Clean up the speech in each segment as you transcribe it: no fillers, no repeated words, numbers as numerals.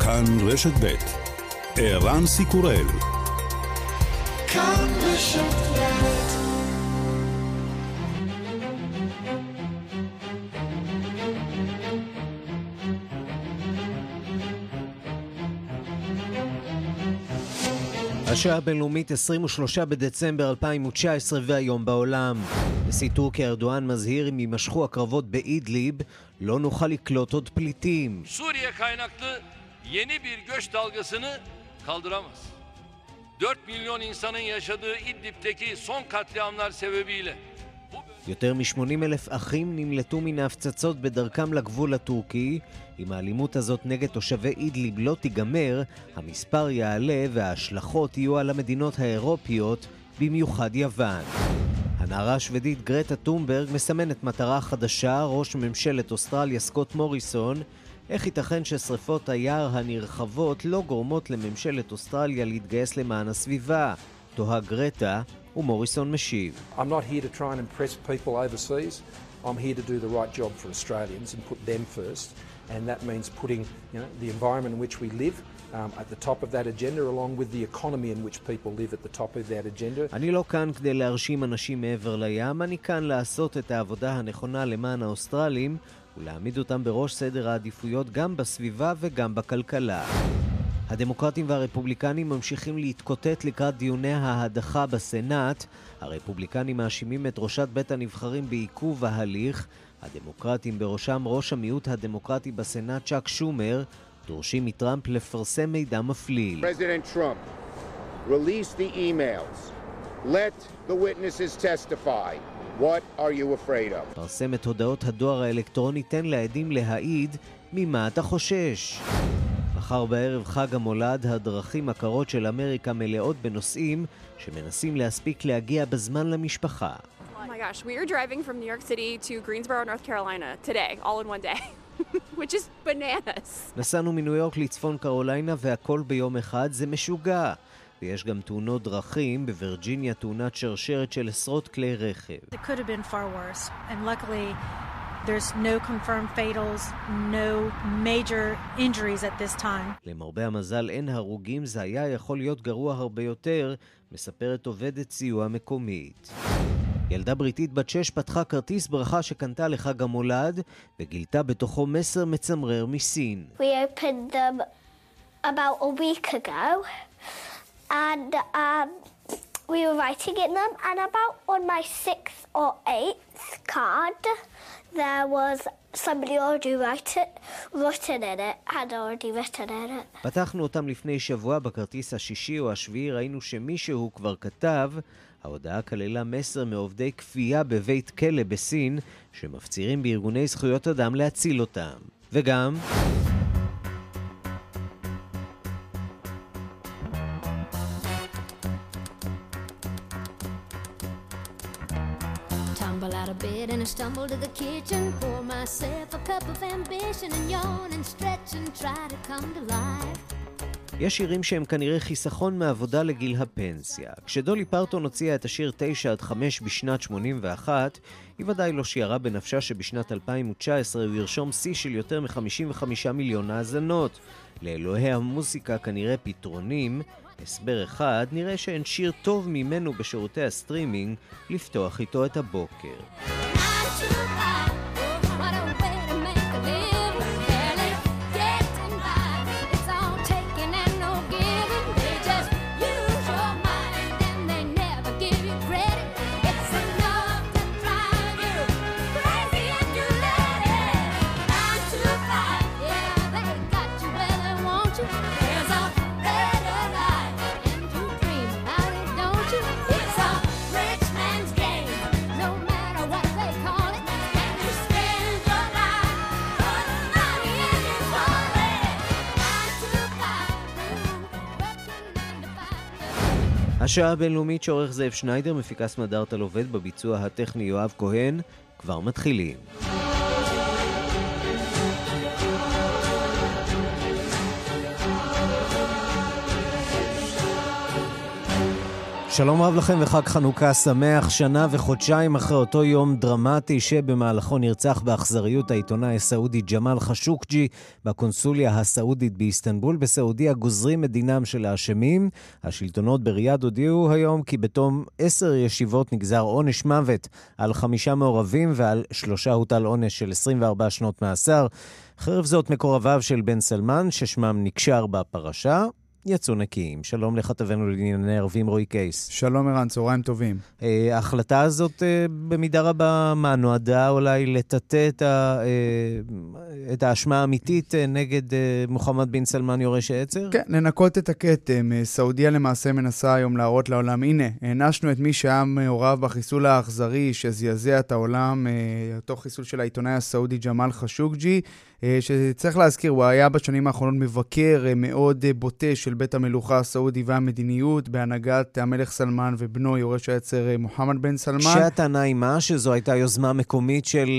כאן רשת ב' ערן סיקורל. כאן רשת ב'. השעה הבינלאומית 23 בדצמבר 2019 והיום בעולם. נשיא טורקיה ארדואן מזהיר אם יימשכו הקרבות באידליב לא נוכל לקלוט עוד פליטים. Suriye kaynaklı yeni bir göç dalgasını kaldıramaz. 4 milyon insanın yaşadığı İdlib'teki son katliamlar sebebiyle יותר מ-80,000 אחים נמלטו מן ההפצצות בדרכם לגבול הטורקי. אם האלימות הזאת נגד תושבי אידליב לא תיגמר, המספר יעלה וההשלכות יהיו על המדינות האירופיות, במיוחד יוון. הנערה השוודית גרטה טומברג מסמנת מטרה חדשה. ראש ממשלת אוסטרליה סקוט מוריסון: איך ייתכן ששריפות היער הנרחבות לא גורמות לממשלת אוסטרליה להתגייס למען הסביבה? תוהה גרטה, ומוריסון משיב. I'm not here to try and impress people overseas. I'm here to do the right job for Australians and put them first. And that means putting, the environment in which we live at the top of that agenda, along with the economy in which people live at the top of that agenda. אני לא כאן כדי להרשים אנשים מעבר לים, אני כאן לעשות את העבודה הנכונה למען האוסטרלים ולהעמיד אותם בראש סדר העדיפויות גם בסביבה וגם בכלכלה. הדמוקרטים והרפובליקנים ממשיכים להתקוטט לקראת דיוני ההדחה בסנאט. הרפובליקנים מאשימים את ראשת בית הנבחרים בעיכוב ההליך. הדמוקרטים, בראשם ראש המיעוט הדמוקרטי בסנאט צ'אק שומר, דורשים מטראמפ לפרסם מידע מפליל. President Trump, release the emails. Let the witnesses testify. What are you afraid of? פרסם את הודעות הדואר האלקטרוני, תן לעדים להעיד. ממה אתה חושש? מחר בערב חג המולד, הדרכים הקרות של אמריקה מלאות בנוסעים שמנסים להספיק להגיע בזמן למשפחה. Oh my gosh, we are driving from New York City to Greensboro, North Carolina today, all in one day, which is bananas. נסענו מניו יורק לצפון קרוליינה והכל ביום אחד, זה משוגע. ויש גם תאונות דרכים, בווירג'יניה תאונת שרשרת של עשרות כלי רכב. It could have been far worse, and luckily there's no confirmed fatals, no major injuries at this time. למרבה המזל אין הרוגים, זה היה יכול להיות גרוע הרבה יותר, מספרת עובדת סיוע מקומית. ילדה בריטית בת 6 פתחה כרטיס ברכה שקנתה לחג המולד, וגילתה בתוכו מסר מצמרר מסין. We opened them about a week ago, and we were writing in them, and about on my 6th or 8th card, there was somebody already written in it, had already written in it. פתחנו אותם לפני שבוע. בכרטיס השישי או השביעי ראינו שמישהו כבר כתב. ההודעה כללה מסר מעובדי כפייה בבית כלא בסין, שמפצירים בארגוני זכויות אדם להציל אותם. וגם Tumble out of bed and I stumble to the kitchen, pour myself a cup of ambition and yawn and stretch and try to come to life. יש שירים שהם כנראה חיסכון מעבודה לגיל הפנסיה. כשדולי פרטון הוציאה את השיר 9-5 בשנת 81, היא ודאי לא שיערה בנפשה שבשנת 2019 הוא ירשום שיא של יותר מ-55 מיליון האזנות. לאלוהי המוסיקה כנראה פתרונים. הסבר אחד, נראה שאין שיר טוב ממנו בשירותי הסטרימינג לפתוח איתו את הבוקר. השעה הבינלאומית שעורך זאב שניידר, מפיקס מדארטל עובד, בביצוע הטכני יואב כהן. כבר מתחילים. שלום רב לכם וחג חנוכה שמח, שנה וחודשיים אחרי אותו יום דרמטי שבמהלכו נרצח באכזריות העיתונאי הסעודי ג'מאל חשוקג'י בקונסוליה הסעודית באיסטנבול בסעודיה גוזרים את דינם של האשמים. השלטונות בריאד הודיעו היום כי בתום 10 ישיבות נגזר עונש מוות על 5 מעורבים ועל 3 הוטל עונש של 24 שנות מאסר. חרף זאת מקורביו של בן סלמן ששמם נקשר בפרשה יצאו נקיים. שלום לכתבנו לענייני ערבים רועי קייס. שלום ערן, צהריים טובים. ההחלטה הזאת במידה רבה מה נועדה אולי לטאטא את האשמה האמיתית נגד מוחמד בן סלמן יורש העצר? כן, לנקות את הכתם. סעודיה למעשה מנסה היום להראות לעולם, הנה, הענשנו את מי שהיה מעורב בחיסול האכזרי שזעזע את העולם, אותו חיסול של העיתונאי הסעודי ג'מאל חשוקג'י, שצריך להזכיר, הוא היה בשנים האחרונות מבקר מאוד בוטה של בית המלוכה הסעודי והמדיניות, בהנהגת המלך סלמן ובנו יורש העצר מוחמד בן סלמן. שהטענה היא מה? שזו הייתה יוזמה מקומית של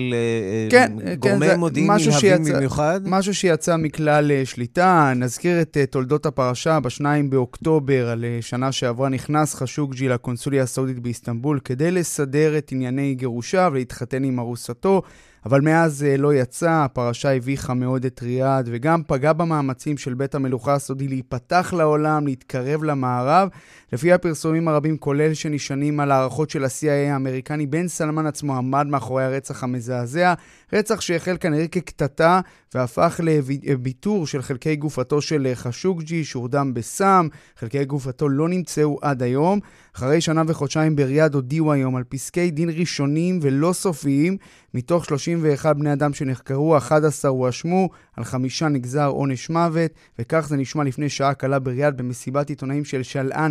גורמי מודיעין נלהבים במיוחד? משהו שיצא מכלל שליטה. נזכיר את תולדות הפרשה. ב2 באוקטובר על שנה שעברה נכנס חשוקג'י לקונסוליה הסעודית באיסטנבול כדי לסדר את ענייני גירושה ולהתחתן עם ארוסתו. אבל מאז לא יצא, הפרשה הביכה מאוד את ריאד וגם פגע במאמצים של בית המלוכה הסעודי להיפתח לעולם, להתקרב למערב. לפי הפרסומים הרבים, כולל שנשענים על הערכות של ה-CIA האמריקני, בן סלמן עצמו עמד מאחורי הרצח המזעזע, רצח שהחל כנראה כקטטה והפך לביטור של חלקי גופתו של חשוקג'י, שהורדם בסם. חלקי גופתו לא נמצאו עד היום. אחרי שנה וחודשיים בריאד הודיעו היום על פסקי דין ראשונים ולא סופיים. מתוך 31 בני אדם שנחקרו, 11 הואשמו, על 5 נגזר עונש מוות, וכך זה נשמע לפני שעה קלה בריאד במסיבת עיתונאים של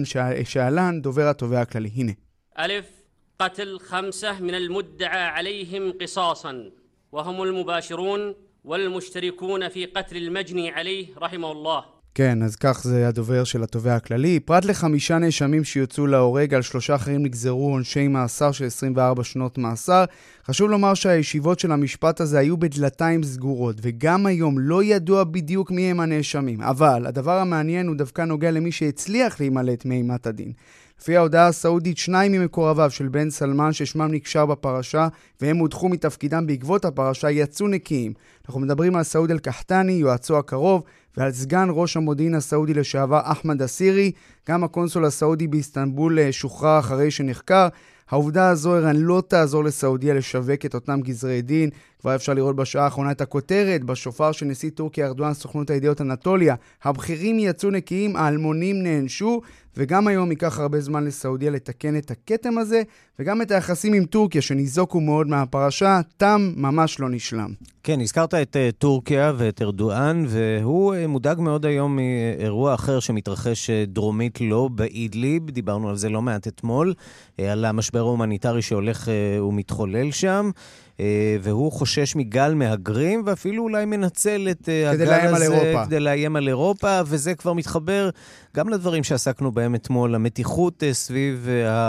שאלן, דובר התובע הכללי. הנה. א', قتل 5 من المدعى عليهم قصاصا وهم المباشرون والمشتركون في قتل المجني عليه رحمه الله. כן, אז כך זה הדובר של התובע הכללי. פרט ל5 נאשמים שיוצאו להורג, על 3 אחרים נגזרו עונשי מאסר של 24 שנות מאסר. חשוב לומר שהישיבות של המשפט הזה היו בדלתיים סגורות, וגם היום לא ידוע בדיוק מי הם הנאשמים. אבל הדבר המעניין הוא דווקא נוגע למי שהצליח להימלט מאימת הדין. לפי ההודעה הסעודית, 2 ממקורביו של בן סלמן ששמם נקשר בפרשה, והם הודחו מתפקידם בעקבות הפרשה, יצאו נקיים. אנחנו מדברים על סעוד אל-קחטני, יועצו הקרוב, ועל סגן ראש המודיעין הסעודי לשעבר אחמד אסירי. גם הקונסול הסעודי באיסטנבול שוחרר אחרי שנחקר. העובדה הזו לא תעזור לסעודיה לשווק את אותם גזרי דין. כבר אפשר לראות בשעה האחרונה את הכותרת בשופר של נשיא טורקיה ארדואן, סוכנות הידיעות אנטוליה. הבכירים יצאו נקיים, האלמונים נענשו, וגם היום ייקח הרבה זמן לסעודיה לתקן את הכתם הזה, וגם את היחסים עם טורקיה שניזוקו מאוד מהפרשה, תם ממש לא נשלם. כן, הזכרת את טורקיה ואת ארדואן, והוא מודאג מאוד היום מאירוע אחר שמתרחש דרומית לו באידליב, דיברנו על זה לא מעט אתמול, על המשבר ההומניטרי שהולך ומתחולל שם, והוא חושש מגל מהגרים, ואפילו אולי מנצל את הגל הזה כדי לאיים על אירופה, וזה כבר מתחבר גם לדברים שעסקנו בהם אתמול, המתיחות סביב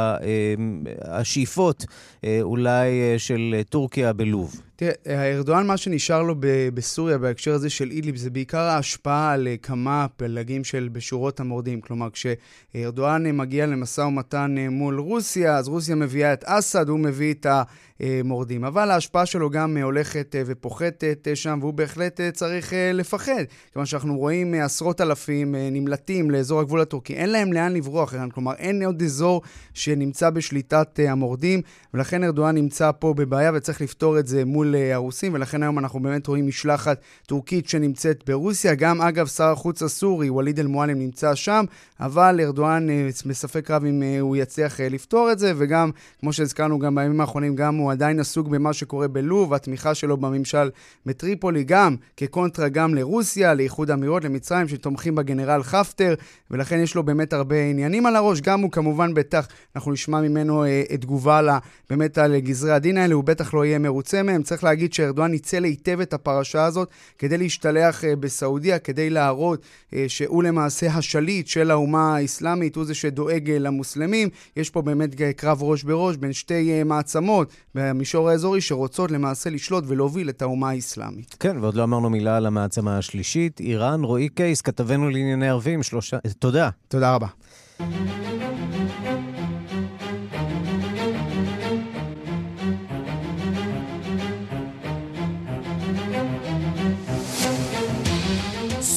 השאיפות אולי של טורקיה בלוב. תראה, ארדואן, מה שנשאר לו בסוריה בהקשר הזה של אידליב, זה בעיקר ההשפעה על כמה פלגים בשורות המורדים. כלומר, כשארדואן מגיע למשא ומתן מול רוסיה, אז רוסיה מביאה את אסד, הוא מביא את המורדים. אבל ההשפעה שלו גם הולכת ופוחתת שם, והוא בהחלט צריך לפחד. כיוון שאנחנו רואים עשרות אלפים נמלטים לאזור הגבול הטורקי. אין להם לאן לברוח, כלומר, אין עוד אזור שנמצא בשליטת המורדים, ולכן ארדואן נמצא פה בבעיה וצריך לפתור את זה מול הרוסים, ולכן היום אנחנו באמת רואים משלחת טורקית שנמצאת ברוסיה. גם אגב שר החוץ הסורי וליד אל-מועלם נמצא שם, אבל ארדואן מספק רב אם הוא יצליח לפתור את זה, וגם כמו שהזכרנו גם בימים האחרונים, גם הוא עדיין עסוק במה שקורה בלוב, התמיכה שלו בממשל בטריפולי, גם כקונטרה גם לרוסיה, לאיחוד האמירויות, למצרים שתומכים בגנרל חפטר, ולכן יש לו באמת הרבה עניינים על הראש. גם הוא כמובן בטח, אנחנו נשמע ממנו תגובה באמת על גזרי הדין האלה, הוא בטח לא יהיה מרוצה מהם. צריך להגיד שארדואן ניצל היטב את הפרשה הזאת כדי להשתלח בסעודיה, כדי להראות שהוא למעשה השליט של האומה האסלאמית, הוא זה שדואג למוסלמים. יש פה באמת קרב ראש בראש בין שתי מעצמות במישור האזורי שרוצות למעשה לשלוט ולהוביל את האומה האסלאמית. כן, ועוד לא אמרנו מילה על המעצמה השלישית, איראן. רועי קייס, כתבנו לענייני ערבים, תודה. תודה רבה.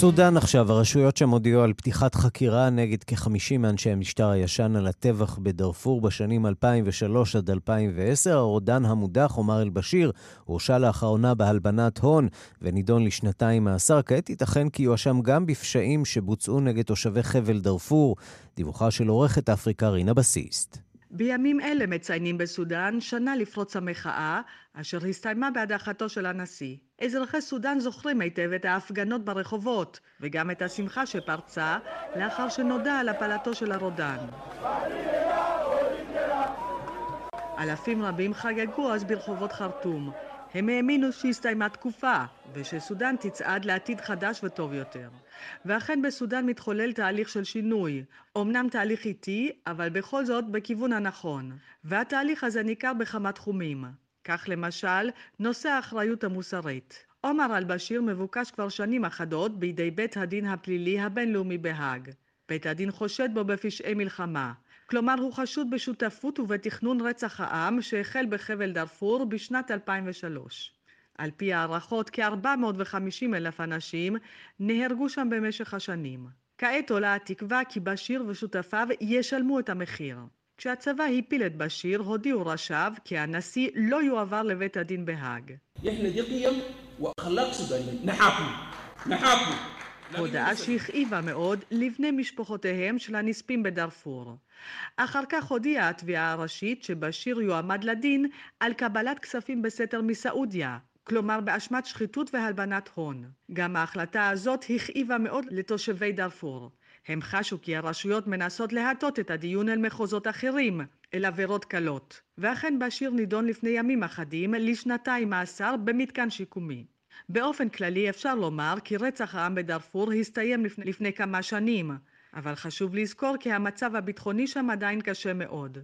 סודן עכשיו, הרשויות שם הודיעו על פתיחת חקירה נגד כ-50 מאנשי המשטר הישן על הטבח בדארפור בשנים 2003 עד 2010. הרודן המודח עומר אל-בשיר הורשע לאחרונה בהלבנת הון ונידון לשנתיים מאסר. כעת ייתכן כי יואשם גם בפשעים שבוצעו נגד תושבי חבל דארפור. דיווחה של עורכת אפריקה רינה בסיסט. בימים אלה מציינים בסודן שנה לפרוץ המחאה, אשר הסתיימה בהדחתו של הנשיא. אזרחי סודן זוכרים היטב את ההפגנות ברחובות, וגם את השמחה שפרצה לאחר שנודע על הפלתו של הרודן. אלפים רבים חגגו אז ברחובות חרטום. הם האמינו שהסתיימה תקופה, ושסודן תצעד לעתיד חדש וטוב יותר. ואכן בסודן מתחולל תהליך של שינוי. אמנם תהליך איטי, אבל בכל זאת בכיוון הנכון. והתהליך הזה ניכר בכמה תחומים. כך למשל, נושא האחריות המוסרית. עומר אל-בשיר מבוקש כבר שנים אחדות בידי בית הדין הפלילי הבינלאומי בהאג. בית הדין חושד בו בפשעי מלחמה. כלומר, הוא חשוד בשותפות ובתכנון רצח העם שהחל בחבל דארפור בשנת 2003. על פי הערכות, כ-450,000 אנשים נהרגו שם במשך השנים. כעת עולה התקווה כי בשיר ושותפיו ישלמו את המחיר. כשהצבא הפיל את בשיר, הודיעו ראשיו כי הנשיא לא יועבר לבית הדין בהאג. הודעה שהכאיבה מאוד לבני משפחותיהם של הנספים בדארפור. אחר כך הודיעה התביעה הראשית שבשיר יועמד לדין על קבלת כספים בסתר מסעודיה, כלומר באשמת שחיתות והלבנת הון. גם ההחלטה הזאת הכאיבה מאוד לתושבי דארפור. הם חשו כי הרשויות מנסות להטות את הדיון אל מחוזות אחרים, אל עבירות קלות. ואכן בשיר נידון לפני ימים אחדים לשנתיים מאסר במתקן שיקומי. באופן כללי אפשר לומר כי רצח העם בדארפור הסתיים לפני כמה שנים, אבל חשוב לזכור כי המצב הביטחוני שם עדיין קשה מאוד.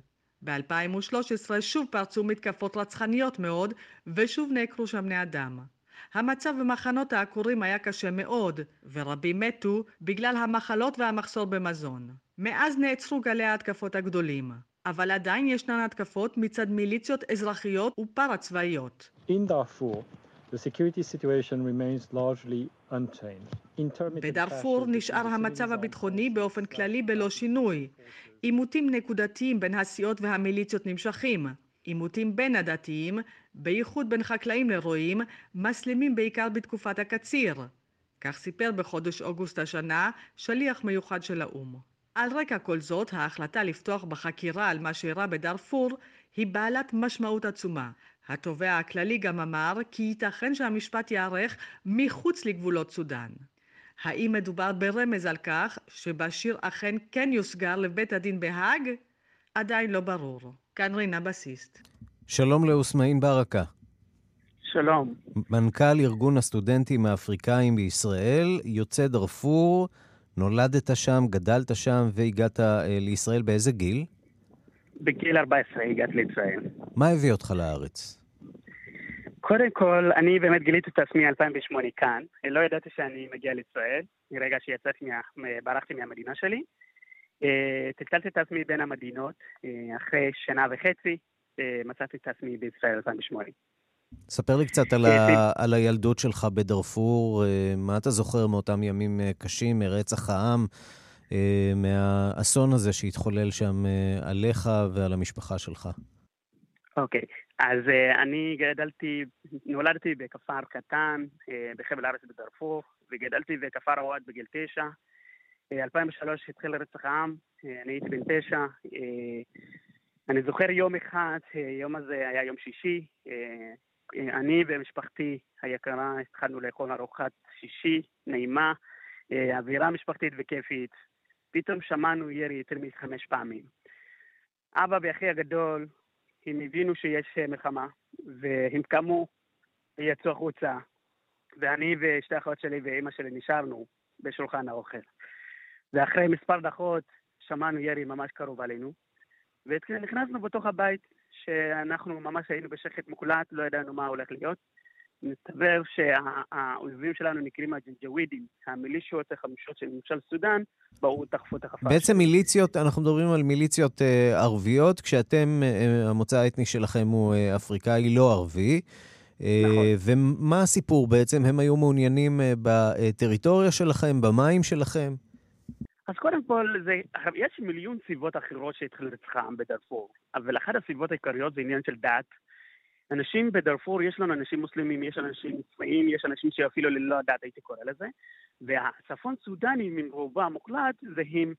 ב-2013 שוב פרצו מתקפות רצחניות מאוד ושוב נעקרו שם בני אדם. המצב במחנות העקורים היה קשה מאוד, ורבים מתו בגלל המחלות והמחסור במזון. מאז נעצרו גלי ההתקפות הגדולים, אבל עדיין ישנן התקפות מצד מיליציות אזרחיות ופרה-צבאיות. In Darfur, the security situation remains largely unchanged. בדארפור נשאר המצב הביטחוני באופן כללי בלא שינוי. עימותים נקודתיים בין הסיעות והמיליציות נמשכים. עימותים בין הדתיים, בייחוד בין חקלאים לרועים, מסלימים בעיקר בתקופת הקציר. כך סיפר בחודש אוגוסט השנה שליח מיוחד של האו"ם. על רקע כל זאת, ההחלטה לפתוח בחקירה על מה שאירע בדארפור היא בעלת משמעות עצומה. התובע הכללי גם אמר כי ייתכן שהמשפט יערך מחוץ לגבולות סודן. האם מדובר ברמז על כך שבשיר אכן כן יוסגר לבית הדין בהאג? עדיין לא ברור. כאן רינה בסיסט. שלום לאוסמאין ברקה. שלום. מנכ"ל ארגון הסטודנטים האפריקאים בישראל, יוצא דארפור, נולדת שם, גדלת שם והגעת לישראל באיזה גיל? בגיל 14 הגעתי לישראל. מה הביא אותך לארץ? קודם כל, אני באמת גיליתי את עצמי 2008 כאן. לא ידעתי שאני מגיע לישראל, מרגע שיצאתי, ברחתי מהמדינה שלי. תתקלתי את עצמי בין המדינות, אחרי שנה וחצי, מצאתי את עצמי בישראל 2008. ספר לי קצת על הילדות שלך בדארפור, מה אתה זוכר מאותם ימים קשים, מרצח העם, מהאסון הזה שהתחולל שם עליך ועל המשפחה שלך? אוקיי, אז אני נולדתי בכפר קטן, בחבל הארץ בדארפור, וגדלתי בכפר עווד בגיל 9. 2003 התחיל רצח העם, אני הייתי בן 9. אני זוכר יום אחד, יום הזה היה יום שישי, אני ומשפחתי היקרה התחלנו לאכול ארוחת שישי, נעימה, אווירה משפחתית וכיפית. פתאום שמענו ירי יותר מ5 פעמים. אבא ואחי הגדול, הם הבינו שיש מלחמה, והם קמו ויצאו החוצה. ואני ושתי האחיות שלי ואמא שלי נשארנו בשולחן האוכל. ואחרי מספר דקות שמענו ירי ממש קרוב עלינו, ונכנסנו בתוך הבית שאנחנו ממש היינו בשקט מוקלט, לא ידענו מה הולך להיות. נסתבר שהאויבים שלנו נקראים הג'נג'ווידים, המיליציות החמושות של ממשל סודן, באו תחפו את החפה. בעצם מיליציות, אנחנו מדברים על מיליציות ערביות, כשאתם, המוצא האתני שלכם הוא אפריקאי לא ערבי, ומה הסיפור בעצם? הם היו מעוניינים בטריטוריה שלכם, במים שלכם? אז קודם כל, יש מיליון סיבות אחרות שהתחיל רצחם בדארפור, אבל אחת הסיבות העיקריות זה עניין של דת. אנשים בדארפור, יש לנו אנשים מוסלמים, יש אנשים צבאיים, יש אנשים שאפילו ללא דת הייתי קורא לזה, והצפון סודנים עם רובם המוחלט זה הם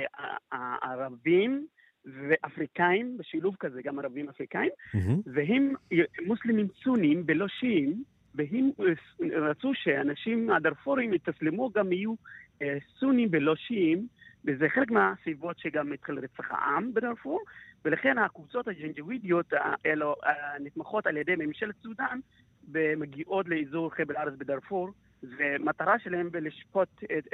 ערבים ואפריקאים, בשילוב כזה גם ערבים אפריקאים, והם מוסלמים סונים בלא שיעים, והם רצו שאנשים הדארפורים יתסלמו גם יהיו סונים בלא שיעים, וזה חלק מהסיבות שגם התחיל רצח העם בדארפור, ולכן הקבוצות הג'נג'ווידיות האלו נתמכות על ידי ממשלת סודן ומגיעות לאזור חבל הארץ בדארפור, ומטרה שלהם בלשפוט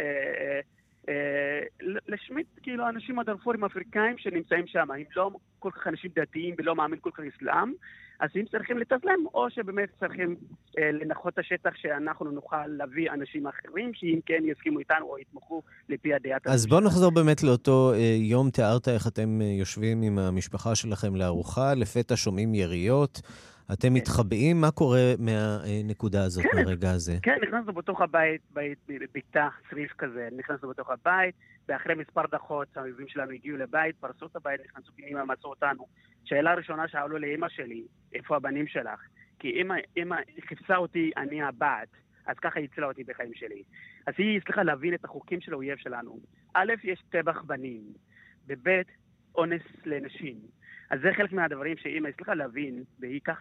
לשמיט כאילו אנשים הדארפורים אפריקאים שנמצאים שם, הם לא כל כך אנשים דתיים ולא מאמין כל כך אסלאם, אז הם צריכים לתסלם, או שבאמת צריכים לנחות את השטח שאנחנו נוכל להביא אנשים אחרים, שאם כן יסכימו איתנו או יתמכו לפי הדעת. אז בואו נחזור באמת לאותו יום. תיארת איך אתם יושבים עם המשפחה שלכם לארוחה, לפתע שומעים יריות, אתם מתחבאים, מה קורה מהנקודה הזאת, מהרגע הזה? כן, נכנסנו בתוך הבית, ביתה צריף כזה, נכנסנו בתוך הבית, ואחרי מספר דקות האויבים שלנו הגיעו לבית, פרסו את הבית, נכנסו פנימה, מצאו אותנו. שאלה הראשונה שאלו לאמא שלי, איפה הבנים שלך? כי אמא חיפשה אותי, אני הבת, אז ככה היא הצילה אותי בחיים שלי. אז היא הצליחה להבין את החוקים של האויב שלנו. א', יש טבח בנים, ב', אונס לנשים. אז זה חלק מהדברים שאמא הצליחה להבין, והיא ככה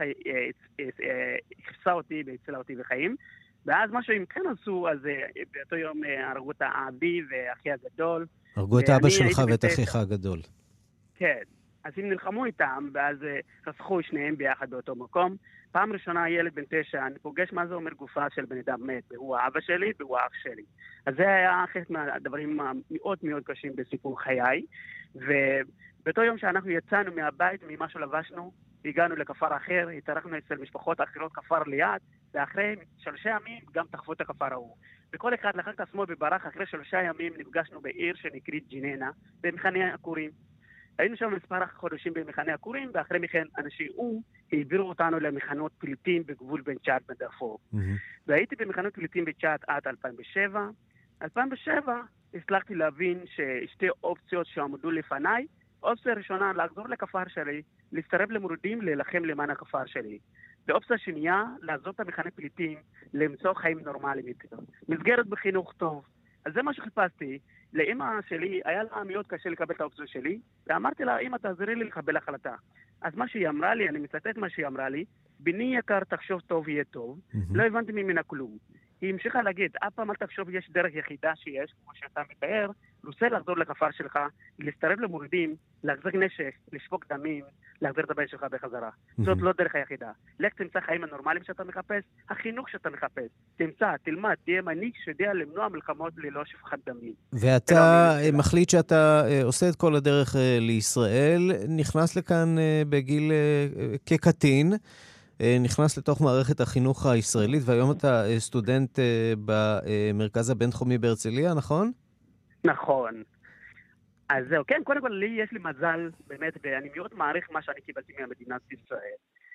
חיפשה אותי והצילה אותי בחיים. ואז מה שהם כן עשו, אז באותו יום הרגו את האבי ואחי הגדול. הרגו את אבא שלך ואת אחיך הגדול. כן. אז הם נלחמו איתם, ואז רצחו שניהם ביחד באותו מקום. פעם ראשונה ילד בן 9, אני פוגש מה זה אומר גופה של בן אדם מת, והוא האבא שלי והוא האח שלי. אז זה היה חלק מהדברים מאוד מאוד קשים בסיפור חיי. ובאותו יום שאנחנו יצאנו מהבית, ממה שלבשנו, הגענו לכפר אחר, התארחנו אצל משפחות אחרות כפר ליד, ואחרי 3 ימים גם תחפו את הכפר ההוא. וכל אחד לקח את עצמו בברח, אחרי 3 ימים נפגשנו בעיר שנקראת ג'יננה, במחנה הכורים. היינו שם מספר חודשים במחנה הכורים, ואחרי מכן אנשי אום העבירו אותנו למחנות פליטים בגבול בין צ'אד בדארפור. והייתי במחנות פליטים בצ'אד עד 2007. 2007 הצלחתי להבין ששתי אופציות שעמדו לפניי, אופציה ראשונה, לחזור לכפר שלי, להצטרף למורדים, להילחם למען הכפר שלי. ואופציה שנייה, לעזוב את המחנה פליטים, למצוא חיים נורמליים יותר. מסגרת בחינוך טוב. אז זה מה שחיפשתי. לאמא שלי היה לה מאוד קשה לקבל את האופציה שלי, ואמרתי לה, אמא תעזרי לי לקבל החלטה. אז מה שהיא אמרה לי, אני מצטט מה שהיא אמרה לי, בני יקר תחשוב טוב יהיה טוב, לא הבנתי ממנה כלום. היא המשיכה להגיד, אף פעם אל תחשוב יש דרך יחידה שיש, כמו שאתה מתאר, רוצה לחזור לכפר שלך, להצטרף למורדים, להחזיק נשק, לשפוק דמים, להחזיר את הבית שלך בחזרה. זאת לא דרך היחידה. לך תמצא חיים הנורמליים שאתה מחפש, החינוך שאתה מחפש. תמצא, תלמד, תהיה מנהיג שיודע למנוע מלחמות ללא שפכת דמים. ואתה מחליט שאתה עושה את כל הדרך לישראל, נכנס לכאן בגיל כקטין, נכנס לתוך מערכת החינוך הישראלית, והיום אתה סטודנט במרכז הבינתחומי בהרצליה, נכון? נכון. אז זהו, כן, קודם כל, לי יש לי מזל, באמת, ואני מאוד מעריך מה שאני קיבלתי מהמדינת ישראל.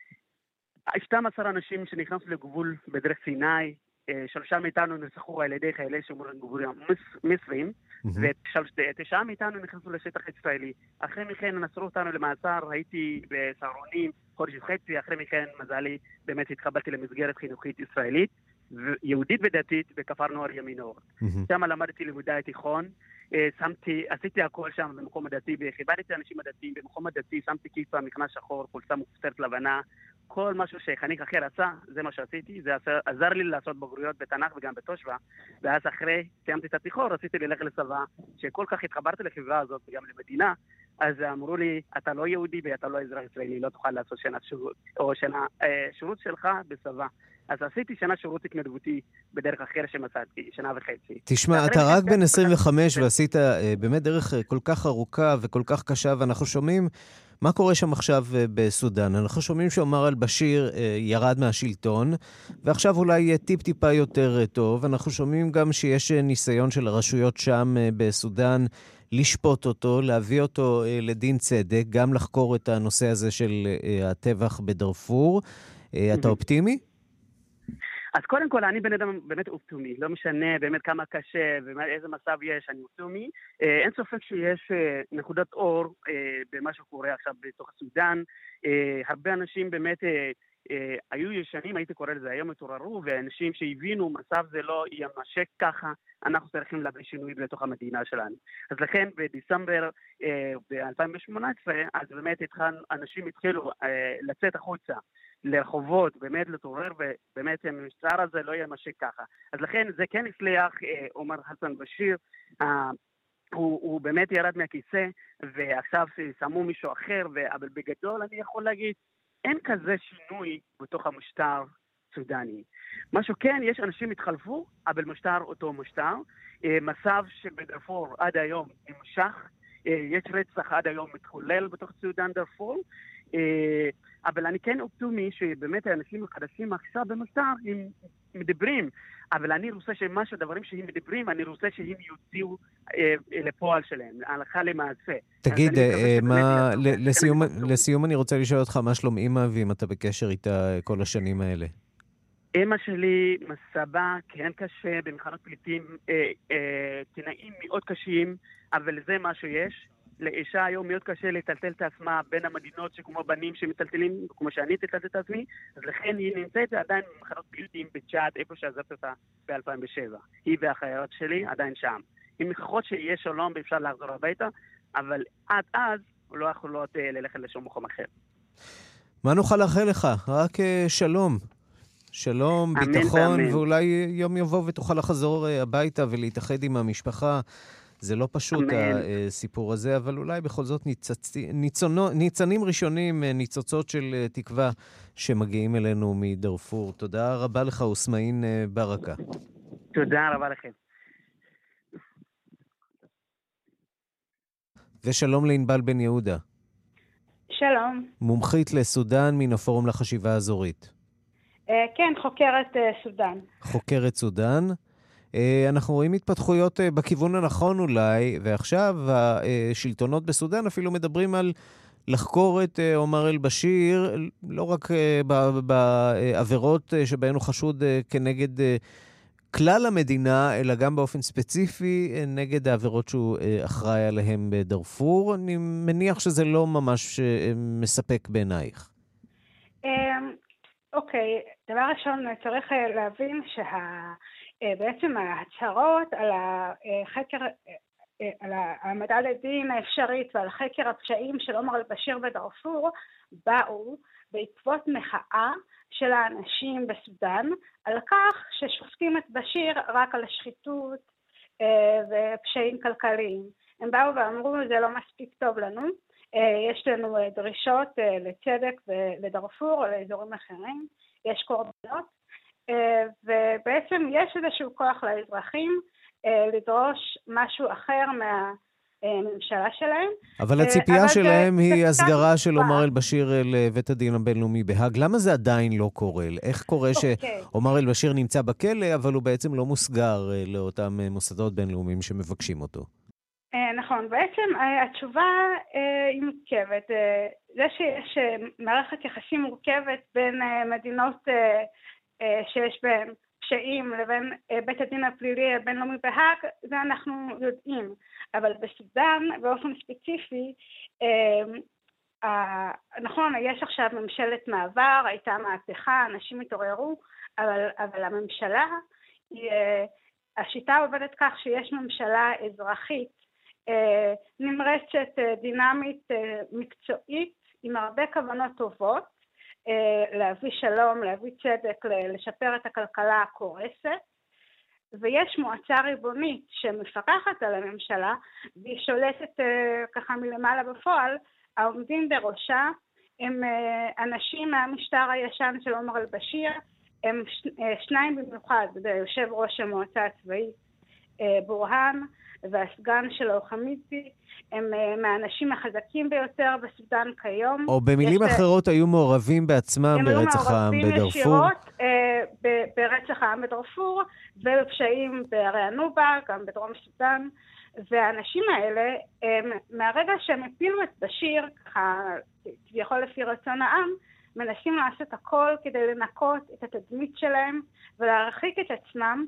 12 אנשים שנכנסו לגבול בדרך סיני, 3 מאיתנו נרצחו על ידי חיילי שומר גבול מצרים, ו9 מאיתנו נכנסו לשטח ישראלי. אחרי מכן נסרו אותנו למעצר, הייתי בסהרונים, חודש וחצי, אחרי מכן מזלי, באמת התקבלתי למסגרת חינוכית ישראלית, יהודית ודתית בכפר נוער ימינור. שם למדתי לימודי התיכון, עשיתי הכל שם במקום הדתי, וכיבדתי אנשים הדתיים במקום הדתי, שמתי כיפה, מכנס שחור, חולצה מופתרת לבנה, כל משהו שחניך אחר עשה, זה מה שעשיתי, זה עזר לי לעשות בגרויות בתנ"ך וגם בתושבה, ואז אחרי סיימתי את התיכון, רציתי ללכת לצבא, שכל כך התחברתי לחברה הזאת וגם למדינה, אז אמרו לי, אתה לא יהודי ואתה לא אזרח ישראלי, לא תוכל לעשות שנה שירות, או שירות שלך בצבא. אז עשיתי שנה שירות התנדבותי בדרך אחר שמצאתי, 1.5 שנה. תשמע, אתה רק בן 25 ועשית באמת דרך כל כך ארוכה וכל כך קשה, ואנחנו שומעים מה קורה שם עכשיו בסודן. אנחנו שומעים שאומר אל-בשיר ירד מהשלטון, ועכשיו אולי יהיה טיפה יותר טוב. אנחנו שומעים גם שיש ניסיון של הרשויות שם בסודן לשפוט אותו, להביא אותו לדין צדק, גם לחקור את הנושא הזה של הטבח בדארפור. אתה אופטימי? אז קודם כל, אני בן אדם באמת אופטימי, לא משנה באמת כמה קשה ואיזה מצב יש, אני אופטימי. אין ספק שיש נקודת אור במה שקורה עכשיו בתוך הסודן. הרבה אנשים באמת היו ישנים, הייתי קורא לזה, היום התעוררו, ואנשים שהבינו, מצב זה לא יימשך ככה, אנחנו צריכים להביא שינוי לתוך המדינה שלנו. אז לכן בדצמבר ב-2018, אז באמת אנשים התחילו לצאת החוצה לרחובות, באמת לתעורר, ובאמת המשטר הזה לא יימשך ככה. אז לכן זה כן הצליח, עומר חסן בשיר, הוא באמת ירד מהכיסא, ועכשיו שמו מישהו אחר, אבל בגדול אני יכול להגיד, אין כזה שינוי בתוך המשטר סודני. משהו כן, יש אנשים התחלפו, אבל משטר אותו משטר. מצב שבדארפור עד היום נמשך, יש רצח עד היום מתחולל בתוך סודן דארפור, אבל אני כן אופטימי שבאמת האנשים החדשים עכשיו במשטר הם מדברים, אבל אני רוצה שמשהו, דברים שהם מדברים, אני רוצה שהם יוציאו לפועל שלהם, הלכה למעשה. תגיד, לסיום אני רוצה לשאול אותך, מה שלום אמא, ואם אתה בקשר איתה כל השנים האלה? אמא שלי מסבה, כן קשה, במחנות פליטים, תנאים מאוד קשים, אבל זה מה שיש. לאישה היום מאוד קשה לטלטל את עצמה בין המדינות שכמו בנים שמטלטלים, כמו שאני טלטלתי את עצמי, אז לכן היא נמצאת עדיין במחנות פליטים בצ'אד, איפה שעזבת אותה ב-2007. היא והחיירות שלי עדיין שם. היא מחכות שיהיה שלום ואפשר לחזור הביתה, אבל עד אז לא יכולות ללכת לשום מקום אחר. מה נוכל לאחל לך? רק שלום. שלום, ביטחון, ואולי יום יבוא ותוכל לחזור הביתה ולהתאחד עם המשפחה. זה לא פשוט הסיפור הזה, אבל אולי בכל זאת ניצנים ראשונים, ניצוצות של תקווה שמגיעים אלינו מדארפור. תודה רבה לך, אוסמאעין ברכה. תודה רבה לכם. ושלום לענבל בן יהודה. שלום. מומחית לסודן מן הפורום לחשיבה האזורית. כן, חוקרת סודן. חוקרת סודן. אנחנו רואים התפתחויות בכיוון הנכון אולי, ועכשיו השלטונות בסודן אפילו מדברים על לחקור את עומר אל-בשיר, לא רק בעבירות שבהן הוא חשוד כנגד כלל המדינה, אלא גם באופן ספציפי נגד העבירות שהוא אחראי עליהם בדארפור. אני מניח שזה לא ממש מספק בעינייך. אוקיי, דבר ראשון צריך להבין בעצם ההצהרות על החקר, על העמדה לדין האפשרית ועל חקר הפשעים של עומר אל-בשיר בדארפור באו בעקבות מחאה של האנשים בסודן על כך ששופטים את בשיר רק על השחיתות ופשעים כלכליים. הם באו ואמרו זה לא מספיק טוב לנו, יש לנו דרישות לצדק לדארפור או לאזורים אחרים, יש קורבנות, ובעצם יש איזשהו כוח לאזרחים לדרוש משהו אחר מהממשלה שלהם. אבל הציפייה שלהם היא הסגרה של עומר אל-בשיר לבית הדין הבינלאומי בהאג. למה זה עדיין לא קורה? איך קורה שעומר אל-בשיר נמצא בכלא, אבל הוא בעצם לא מוסגר לאותם מוסדות בינלאומיים שמבקשים אותו? נכון, בעצם התשובה היא מורכבת. זה שיש מערכת יחסים מורכבת בין מדינות שיש בהן פשעים לבין בית הדין הפלילי הבינלאומי בהאג, זה אנחנו יודעים. אבל בסודן, באופן ספציפי, נכון, יש עכשיו ממשלת מעבר, הייתה מהפכה, אנשים התעוררו, אבל הממשלה, השיטה עובדת כך שיש ממשלה אזרחית, נמרצת, דינמית, מקצועית, עם הרבה כוונות טובות, להביא שלום, להביא צדק, לשפר את הכלכלה הקורסת, ויש מועצה ריבונית שמפקחת על הממשלה, והיא שולטת ככה מלמעלה בפועל, העומדים בראשה הם אנשים מהמשטר הישן של עומר אל-בשיר, הם שניים במיוחד, יושב ראש המועצה הצבאית בורהאן, והסגן שלו חמידי, הם מהאנשים החזקים ביותר בסודן כיום. או במילים אחרות היו מעורבים בעצמם ברצח העם בדארפור? הם היו מעורבים ישירות ברצח העם בדארפור, ובפשעים בערי הנובה, גם בדרום סודן, והאנשים האלה, מהרגע שהם הפילו את בשיר, ככה, כביכול לפי רצון העם, מנסים לעשות הכל כדי לנקות את התדמית שלהם ולהרחיק את עצמם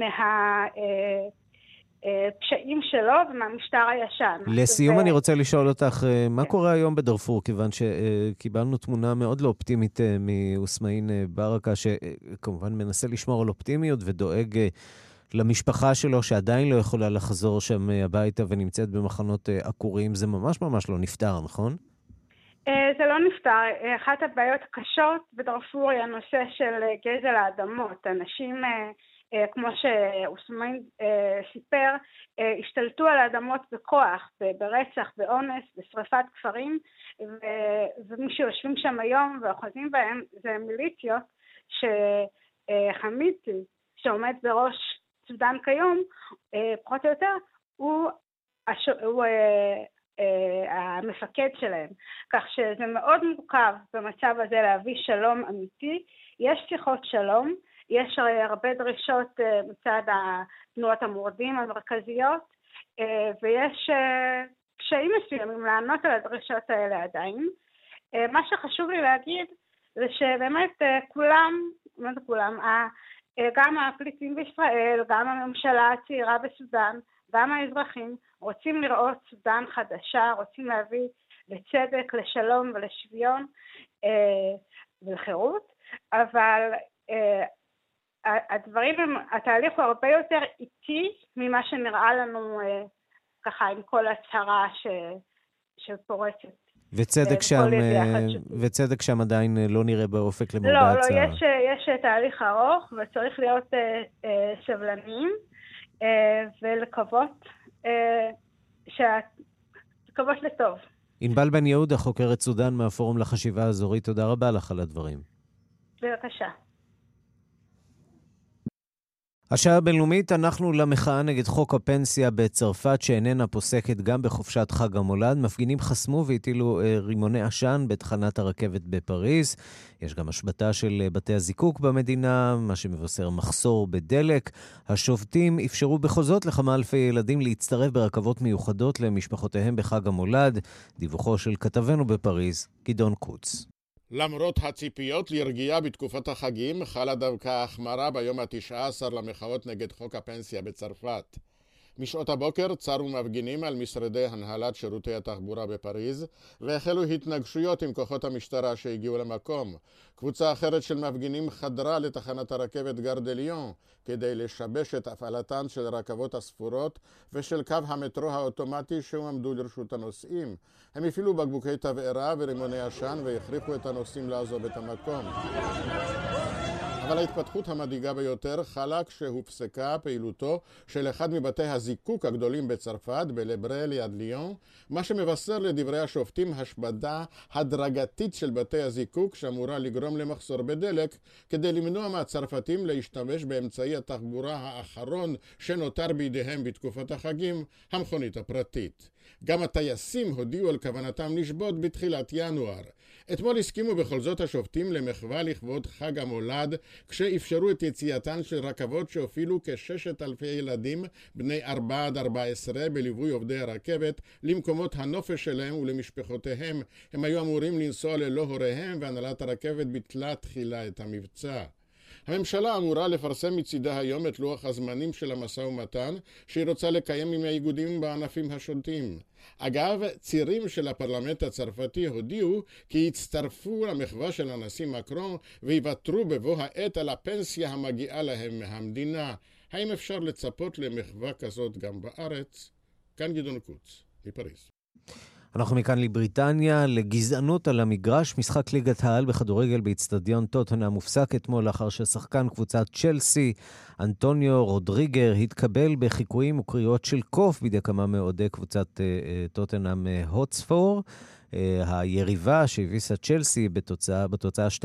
מהפשעים שלו ומהמשטר הישן. לסיום אני רוצה לשאול אותך, מה קורה היום בדרפור? כיוון שקיבלנו תמונה מאוד לא אופטימית מאוסמאעין ברכה, שכמובן מנסה לשמור על אופטימיות ודואג למשפחה שלו שעדיין לא יכולה לחזור שם הביתה ונמצאת במחנות עקורים. זה ממש ממש לא נפתר, נכון? זה לא נפתר. אחת הבעיות הקשות בדרפור היא הנושא של גזל האדמות. אנשים, כמו שאוסמאעין סיפר, השתלטו על האדמות בכוח, ברצח, באונס, בשריפת כפרים, ומי שיושבים שם היום ואוחזים בהם זה מיליציות שחמיתי, שעומד בראש סודן כיום, פחות או יותר, הוא המפקד שלהם. כך שזה מאוד מורכב במצב הזה להביא שלום אמיתי. יש שיחות שלום, יש הרבה דרישות מצד תנועות המורדים המרכזיות, ויש קשיים מסוימים לענות על הדרישות האלה עדיין. מה שחשוב לי להגיד זה שבאמת כולם, גם הפליטים בישראל, גם הממשלה הצעירה בסודן, גם האזרחים רוצים לראות סודן חדשה, רוצים להביא לצדק, לשלום ולשוויון ולחירות, אבל התהליך הוא הרבה יותר איטי ממה שנראה לנו ככה עם כל הצהרה שפורצת. וצדק שם עדיין לא נראה באופק למרבה הצער. לא, יש תהליך ארוך וצריך להיות סבלניים ולקוות לקוות לטוב. ענבל בן יהודה, חוקרת סודן מהפורום לחשיבה האזורית, תודה רבה לך על הדברים. בבקשה. השעה הבינלאומית, אנחנו למחאה נגד חוק הפנסיה בצרפת שאיננה פוסקת גם בחופשת חג המולד. מפגינים חסמו והטילו רימוני עשן בתחנת הרכבת בפריז. יש גם השבתה של בתי הזיקוק במדינה, מה שמבשר מחסור בדלק. השובתים אפשרו בכל זאת לכמה אלפי ילדים להצטרף ברכבות מיוחדות למשפחותיהם בחג המולד. דיווחו של כתבנו בפריז, גדעון קוץ. למרות הציפיות לרגיעה בתקופת החגים, חלה דווקא החמרה ביום ה-19 למחאות נגד חוק הפנסיה בצרפת. משעות הבוקר צרו מפגינים על משרדי הנהלת שירותי התחבורה בפריז, והחלו התנגשויות עם כוחות המשטרה שהגיעו למקום. קבוצה אחרת של מפגינים חדרה לתחנת הרכבת גאר דה ליון, כדי לשבש את הפעלתן של רכבות הספורות ושל קו המטרו האוטומטי שהועמדו לרשות הנוסעים. הם הפעילו בקבוקי תבערה ורימוני עשן והכריחו את הנוסעים לעזוב את המקום. אבל ההתפתחות המדאיגה ביותר חלה כשהופסקה פעילותו של אחד מבתי הזיקוק הגדולים בצרפת, בלברה ליד ליון, מה שמבשר לדברי השופטים השבתה הדרגתית של בתי הזיקוק שאמורה לגרום למחסור בדלק, כדי למנוע מהצרפתים להשתמש באמצעי התחבורה האחרון שנותר בידיהם בתקופת החגים, המכונית הפרטית. גם הטייסים הודיעו על כוונתם לשבות בתחילת ינואר. אתמול הסכימו בכל זאת השופטים למחווה לכבוד חג המולד, כשאפשרו את יציאתן של רכבות שהופעלו כ6,000 ילדים בני 4 עד 14 בליווי עובדי הרכבת למקומות הנופש שלהם ולמשפחותיהם. הם היו אמורים לנסוע ללא הוריהם, והנהלת הרכבת ביטלה תחילה את המבצע. הממשלה אמורה לפרסם מצידה היום את לוח הזמנים של המשא ומתן שהיא רוצה לקיים עם האיגודים בענפים השונים. אגב, צירים של הפרלמנט הצרפתי הודיעו כי יצטרפו למחווה של הנשיא מקרון ויוותרו בבוא העת על הפנסיה המגיעה להם מהמדינה. האם אפשר לצפות למחווה כזאת גם בארץ? כאן גדעון קוץ, מפריז. אנחנו מכאן לבריטניה, לגזענות על המגרש. משחק ליגת העל בכדורגל באצטדיון טוטנהאם מופסק אתמול לאחר ששחקן קבוצת צ'לסי, אנטוניו רודריגר, התקבל בחיקויים וקריאות של קוף בידי כמה מאוהדי קבוצת טוטנהאם הוטספור. היריבה שהביסה צ'לסי בתוצאה 2-0,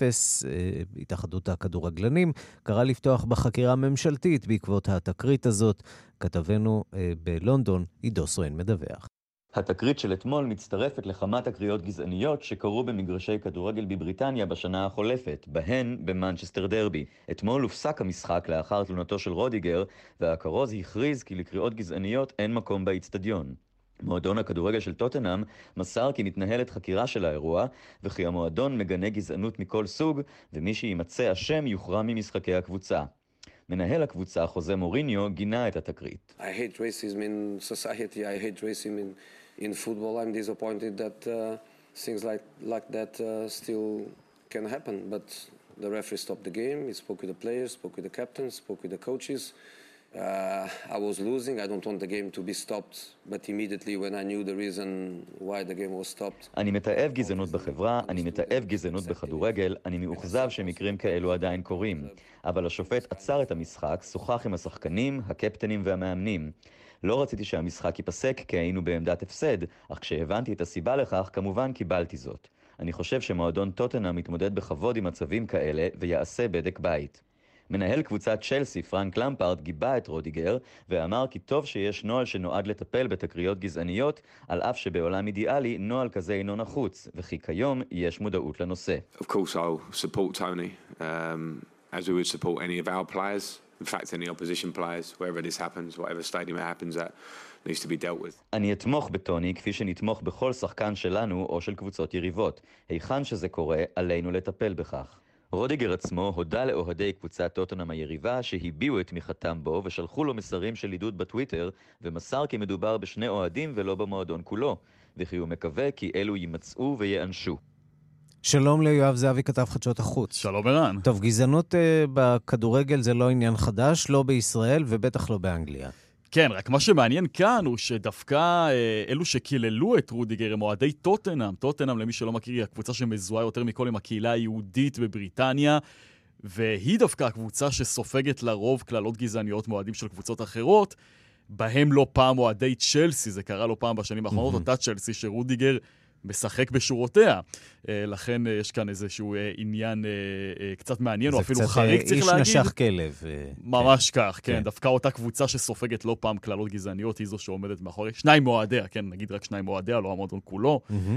התאחדות הכדורגלנים, קרא לפתוח בחקירה ממשלתית בעקבות התקרית הזאת. כתבנו בלונדון, עידו סואן מדווח. התקרית של אתמול מצטרפת לכמה תקריות גזעניות שקרו במגרשי כדורגל בבריטניה בשנה החולפת, בהן במנצ'סטר דרבי. אתמול הופסק המשחק לאחר תלונתו של רודיגר, והכרוז הכריז כי לקריאות גזעניות אין מקום באצטדיון. מועדון הכדורגל של טוטנהאם מסר כי מתנהלת חקירה של האירוע, וכי המועדון מגנה גזענות מכל סוג, ומי שימצא אשם יוחרם ממשחקי הקבוצה. מנהל הקבוצה, חוזה מוריניו, גינה את התקרית. I hate racism in society, I hate racism in football. I'm disappointed that things like that still can happen, but the referee stopped the game, he spoke with the players, spoke with the captains, spoke with the coaches. I was losing, I don't want the game to be stopped, but immediately when I knew the reason why the game was stopped. אני מתעב גזענות בחברה, אני מתעב גזענות בכדורגל, אני מאוכזב שמקרים כאלו עדיין קורים. אבל השופט עצר את המשחק, שוחח עם השחקנים, הקפטנים והמאמנים. לא רציתי שהמשחק ייפסק כי היינו בעמדת הפסד, אך כשהבנתי את הסיבה לכך, כמובן קיבלתי זאת. אני חושב שמועדון טוטנהאם מתמודד בכבוד עם מצבים כאלה ויעשה בדק בית. מנהל קבוצת צ'לסי, פרנק למפרד, גיבה את רודיגר ואמר כי טוב שיש נוהל שנועד לטפל בתקריות גזעניות, על אף שבעולם אידיאלי נוהל כזה אינו נחוץ, וכי כיום יש מודעות לנושא. Of course I'll support Tony, as we would support any of our players. In fact, any opposition players, wherever this happens, whatever stadium it happens at, needs to be dealt with. אני אתמוך בטוני כפי שנתמוך בכל שחקן שלנו או של קבוצות יריבות. היכן שזה קורה, עלינו לטפל בכך. רודיגר עצמו הודה לאוהדי קבוצת טוטנהאם היריבה שהביעו את תמיכתם בו ושלחו לו מסרים של עידוד בטוויטר, ומסר כי מדובר בשני אוהדים ולא במועדון כולו, וכי הוא מקווה כי אלו יימצאו ויענשו. שלום ליואב זהבי, כתב חדשות החוץ. שלום ערן. טוב, גזענות בכדורגל זה לא עניין חדש, לא בישראל ובטח לא באנגליה. כן, רק מה שמעניין כאן הוא שדווקא אלו שקיללו את רודיגר הם אוהדי טוטנהאם. טוטנהאם, למי שלא מכיר, היא הקבוצה שמזוהה יותר מכל עם הקהילה היהודית בבריטניה, והיא דווקא הקבוצה שסופגת לרוב כללות גזעניות מועדים של קבוצות אחרות, בהם לא פעם אוהדי צ'לסי, זה קרה לא פעם בשנים האחרונות, אותה צ'לסי שרודיגר משחק בשורותיה. לכן יש כאן איזשהו עניין קצת מעניין, או אפילו חריג, צריך להגיד. איש נשך כלב. ממש כך, כן. דווקא אותה קבוצה שסופגת לא פעם כללות גזעניות, היא זו שעומדת מאחורי. שניים מועדיה, כן, נגיד רק שניים מועדיה, לא המועדון כולו.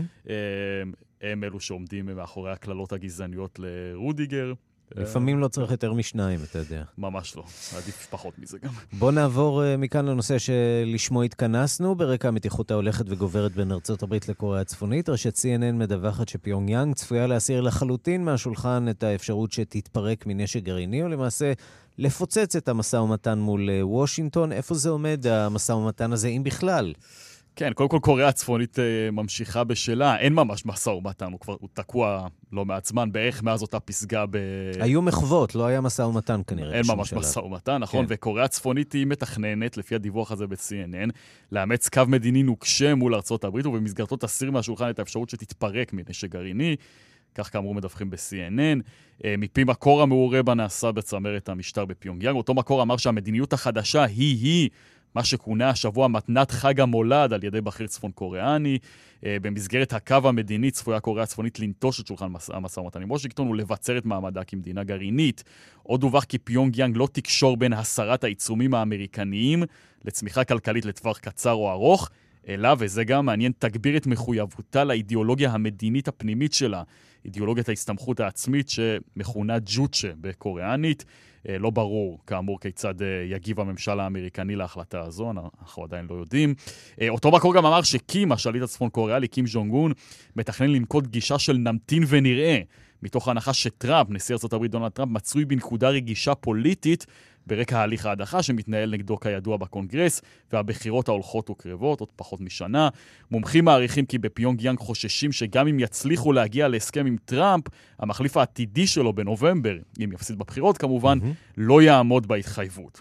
הם אלו שעומדים מאחורי הכללות הגזעניות לרודיגר. לפעמים לא צריך יותר משניים, אתה יודע. ממש לא, עדיף פחות מזה גם. בוא נעבור מכאן לנושא שלשמו התכנסנו, ברקע המתיחות ההולכת וגוברת בין ארצות הברית לקוריאה הצפונית. רשת CNN מדווחת שפיונגיאנג צפויה להסיר לחלוטין מהשולחן את האפשרות שתתפרק מנשק גרעיני, או למעשה לפוצץ את המשא ומתן מול וושינגטון. איפה זה עומד, המשא ומתן הזה, אם בכלל? כן, קודם כל קוריאה הצפונית ממשיכה בשלה, אין ממש משא ומתן, הוא תקוע לא מעט זמן, בערך מאז אותה פסגה היו מחוות, לא היה משא ומתן כנראה. אין ממש משא ומתן, נכון, וקוריאה הצפונית היא מתכננת, לפי הדיווח הזה ב-CNN, לאמץ קו מדיני נוקשה מול ארצות הברית, ובמסגרתו תסיר מהשולחן את האפשרות שתתפרק מנשק גרעיני, כך כאמור מדווחים ב-CNN. מפי מקור המעורה בה נעשה בצמרת המשטר בפיונגיאנג, אותו מקור אמר שהמדיניות החדשה היא מה שכונה השבוע מתנת חג המולד על ידי בכיר צפון קוריאני. במסגרת הקו המדיני צפויה קוריאה הצפונית לנטוש את שולחן המשא ומתן עם וושינגטון ולבצר את מעמדה כמדינה גרעינית. עוד דווח כי פיונגיאנג לא תקשור בין הסרת העיצומים האמריקניים לצמיחה כלכלית לטווח קצר או ארוך, אלא, וזה גם מעניין, תגביר את מחויבותה לאידיאולוגיה המדינית הפנימית שלה, אידיאולוגיית ההסתמכות העצמית שמכונה ג'וצ'ה בקוריאנית. לא ברור, כאמור, כיצד יגיב הממשל האמריקני להחלטה הזו, אנחנו עדיין לא יודעים. אותו מקור גם אמר שקים, השליט הצפון קוריאלי, קים ז'ונג און, מתכנן לנקוט גישה של נמתין ונראה, מתוך ההנחה שטראמפ, נשיא ארצות הברית דונלד טראמפ, מצוי בנקודה רגישה פוליטית ברקע ההליך ההדחה שמתנהל נגדו כידוע בקונגרס, והבחירות ההולכות וקרבות, עוד פחות משנה. מומחים מעריכים כי בפיונגיאנג חוששים שגם אם יצליחו להגיע להסכם עם טראמפ, המחליף העתידי שלו בנובמבר, אם יפסיד בבחירות כמובן, לא יעמוד בהתחייבות.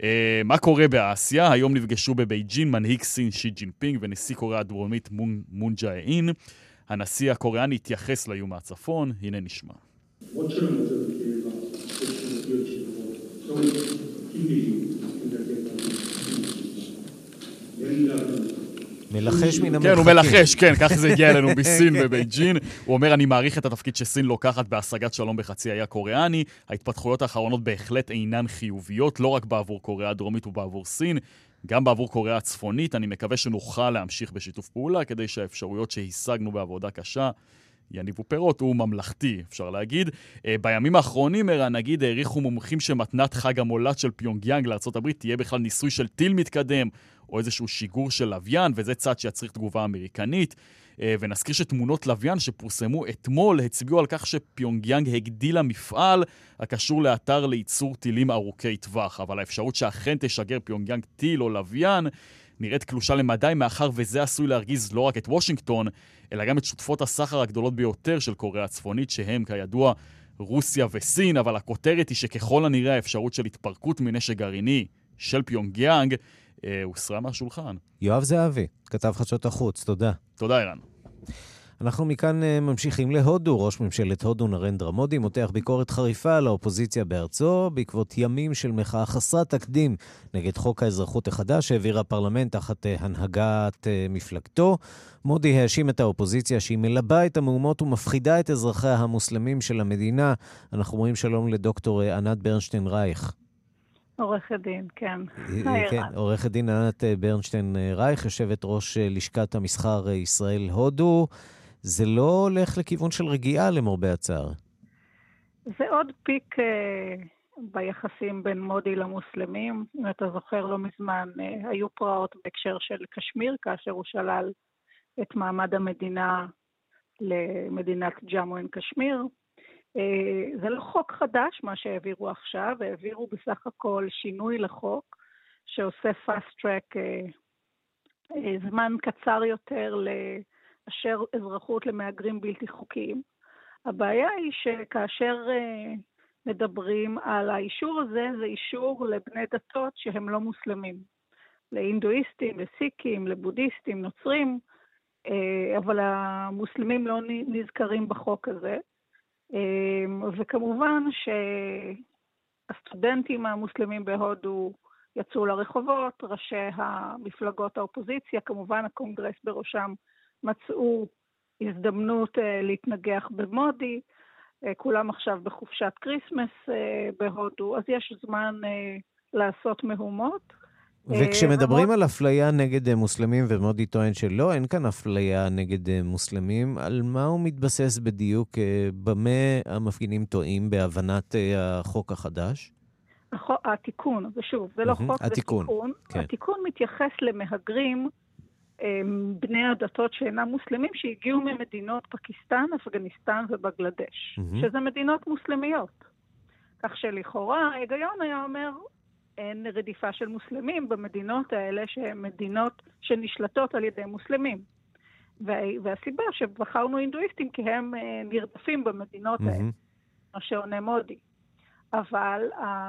מה קורה באסיה? היום נפגשו בבייג'ין מנהיג סין שי ג'ינפינג ונשיא קוריאה הדרומית מון ג'אe-אין. הנשיא הקוריאני התייחס לאיום מהצפון, הנה נשמע. מלחש מן המרחקים. כן, הוא מלחש, כן, כך זה הגיע אלינו בסין ובייג'ין. הוא אומר, אני מעריך את התפקיד שסין לוקחת בהשגת שלום בחצי האי הקוריאני. ההתפתחויות האחרונות בהחלט אינן חיוביות, לא רק בעבור קוריאה הדרומית ובעבור סין, גם בעבור קוריאה הצפונית. אני מקווה שנוכל להמשיך בשיתוף פעולה, כדי שהאפשרויות שהשגנו בעבודה קשה יניבו פירות, הוא ממלכתי, אפשר להגיד. בימים האחרונים, נגיד, העריכו מומחים שמתנת חג המולד של פיונגיאנג לארצות הברית תהיה בכלל ניסוי של טיל מתקדם, או איזשהו שיגור של לוויין, וזה צד שיצריך תגובה אמריקנית. ונזכיר שתמונות לוויין שפורסמו אתמול הצביעו על כך שפיונגיאנג הגדילה מפעל הקשור לאתר לייצור טילים ארוכי טווח, אבל האפשרות שאכן תשגר פיונגיאנג טיל או לוויין נראית קלושה למדי, מאחר וזה עשוי להרגיז לא רק את וושינגטון, אלא גם את שותפות הסחר הגדולות ביותר של קוריאה הצפונית, שהם כידוע רוסיה וסין, אבל הכותרת היא שככל הנראה האפשרות של התפרקות מנשק גרעיני של פיונגיאנג הוסרה מהשולחן. יואב זהבי, כתב חדשות החוץ, תודה. תודה, אירן. אנחנו מכאן ממשיכים להודו. ראש ממשלת הודו נרנדרה מודי מותח ביקורת חריפה על האופוזיציה בארצו בעקבות ימים של מחאה חסרת תקדים נגד חוק האזרחות החדש שהעביר הפרלמנט תחת הנהגת מפלגתו. מודי האשים את האופוזיציה שהיא מלבה את המהומות ומפחידה את אזרחיה המוסלמים של המדינה. אנחנו אומרים שלום לדוקטור ענת ברנשטיין רייך. עורכת דין, כן. כן, עורכת דין ענת ברנשטיין רייך, יושבת ראש לשכת המסחר ישראל הודו. זה לא הולך לכיוון של רגיעה למרבה הצער. זה עוד פיק ביחסים בין מודי למוסלמים. אם אתה זוכר, לא מזמן היו פרעות בהקשר של קשמיר, כאשר הוא שלל את מעמד המדינה למדינת ג'אמו אין קשמיר. זה לא חוק חדש מה שהעבירו עכשיו, העבירו בסך הכל שינוי לחוק שעושה fast track זמן קצר יותר לאשר אזרחות למהגרים בלתי חוקיים. הבעיה היא שכאשר מדברים על האישור הזה, זה אישור לבני דתות שהם לא מוסלמים. להינדואיסטים, לסיקים, לבודיסטים, נוצרים, אבל המוסלמים לא נזכרים בחוק הזה. וכמובן שהסטודנטים המוסלמים בהודו יצאו לרחובות, ראשי המפלגות האופוזיציה, כמובן הקונגרס בראשם, מצאו הזדמנות להתנגח במודי, כולם עכשיו בחופשת קריסמס בהודו, אז יש זמן לעשות מהומות. וכשמדברים על אפליה נגד מוסלמים, ומודי טוען שלא, אין כאן אפליה נגד מוסלמים, על מה הוא מתבסס בדיוק? במה המפגינים טועים בהבנת החוק החדש? התיקון, ושוב, זה לא חוק, זה תיקון. כן. התיקון מתייחס למהגרים, בני הדתות שאינם מוסלמים, שהגיעו ממדינות פקיסטן, אפגניסטן ובגלדש, שזה מדינות מוסלמיות. כך שלכאורה, ההיגיון היה אומר, אין רדיפה של מוסלמים במדינות האלה שהן מדינות שנשלטות על ידי מוסלמים. והסיבה שבחרנו הינדואיסטים כי הם נרדפים במדינות האלה, מה שעונה מודי. אבל